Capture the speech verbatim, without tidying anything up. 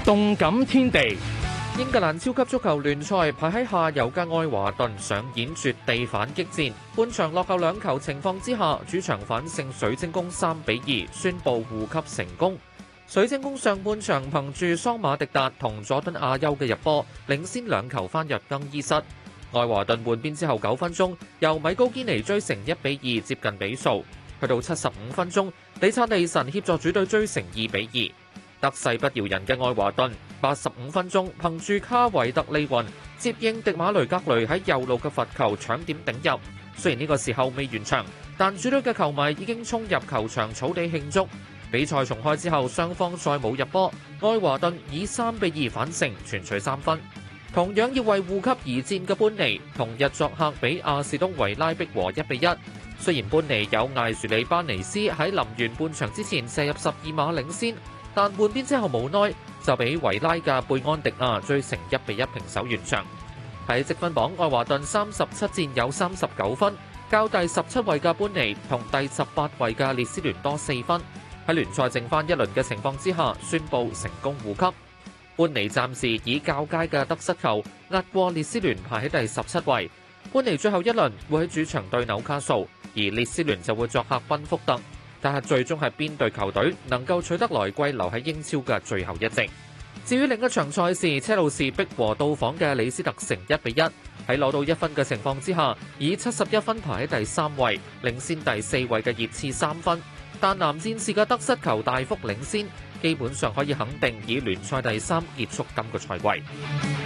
動感天地， 英格蘭超級足球聯賽排喺下游嘅愛華頓上演絕地反擊戰，半場落後兩球情況之下，主場反勝水晶宮三比二，宣布護級成功。水晶宮上半場憑住桑馬迪達同佐敦亞優嘅入波，領先兩球返入更衣室。愛華頓換邊之後九分鐘，由米高堅尼追成一比二，接近比數。去到七十五分鐘，理察利神協助主隊追成二比二。得勢不饒人嘅愛華頓，八十五分鐘憑住卡維特利雲接應迪馬雷格雷喺右路嘅罰球搶點頂入。雖然呢個時候未完場，但主隊嘅球迷已經衝入球場草地慶祝。比賽重開之後，雙方再冇入波，愛華頓以三比二反勝，全取三分。同樣要為護級而戰嘅般尼，同日作客比亞士東維拉逼和一比一。雖然般尼有艾殊利班尼斯喺臨完半場之前射入十二碼領先，但換邊之後無奈就俾維拉嘅貝安迪亞追成一比一平手完場。喺積分榜，愛華頓三十七戰有三十九分，較第十七位嘅般尼同第十八位嘅列斯聯多四分。喺聯賽剩翻一輪嘅情況之下，宣布成功護級。般尼暫時以較佳嘅得失球壓過列斯聯，排喺第十七位。般尼最後一輪會喺主場對紐卡素，而列斯聯就會作客賓福特。但係最終係邊隊球隊能夠取得來季留喺英超嘅最後一席？至於另一場賽事，車路士逼和到訪嘅李斯特城一比一，喺攞到一分嘅情況之下，以七十一分排喺第三位，領先第四位嘅熱刺三分。但藍戰士嘅得失球大幅領先，基本上可以肯定以聯賽第三結束今個賽季。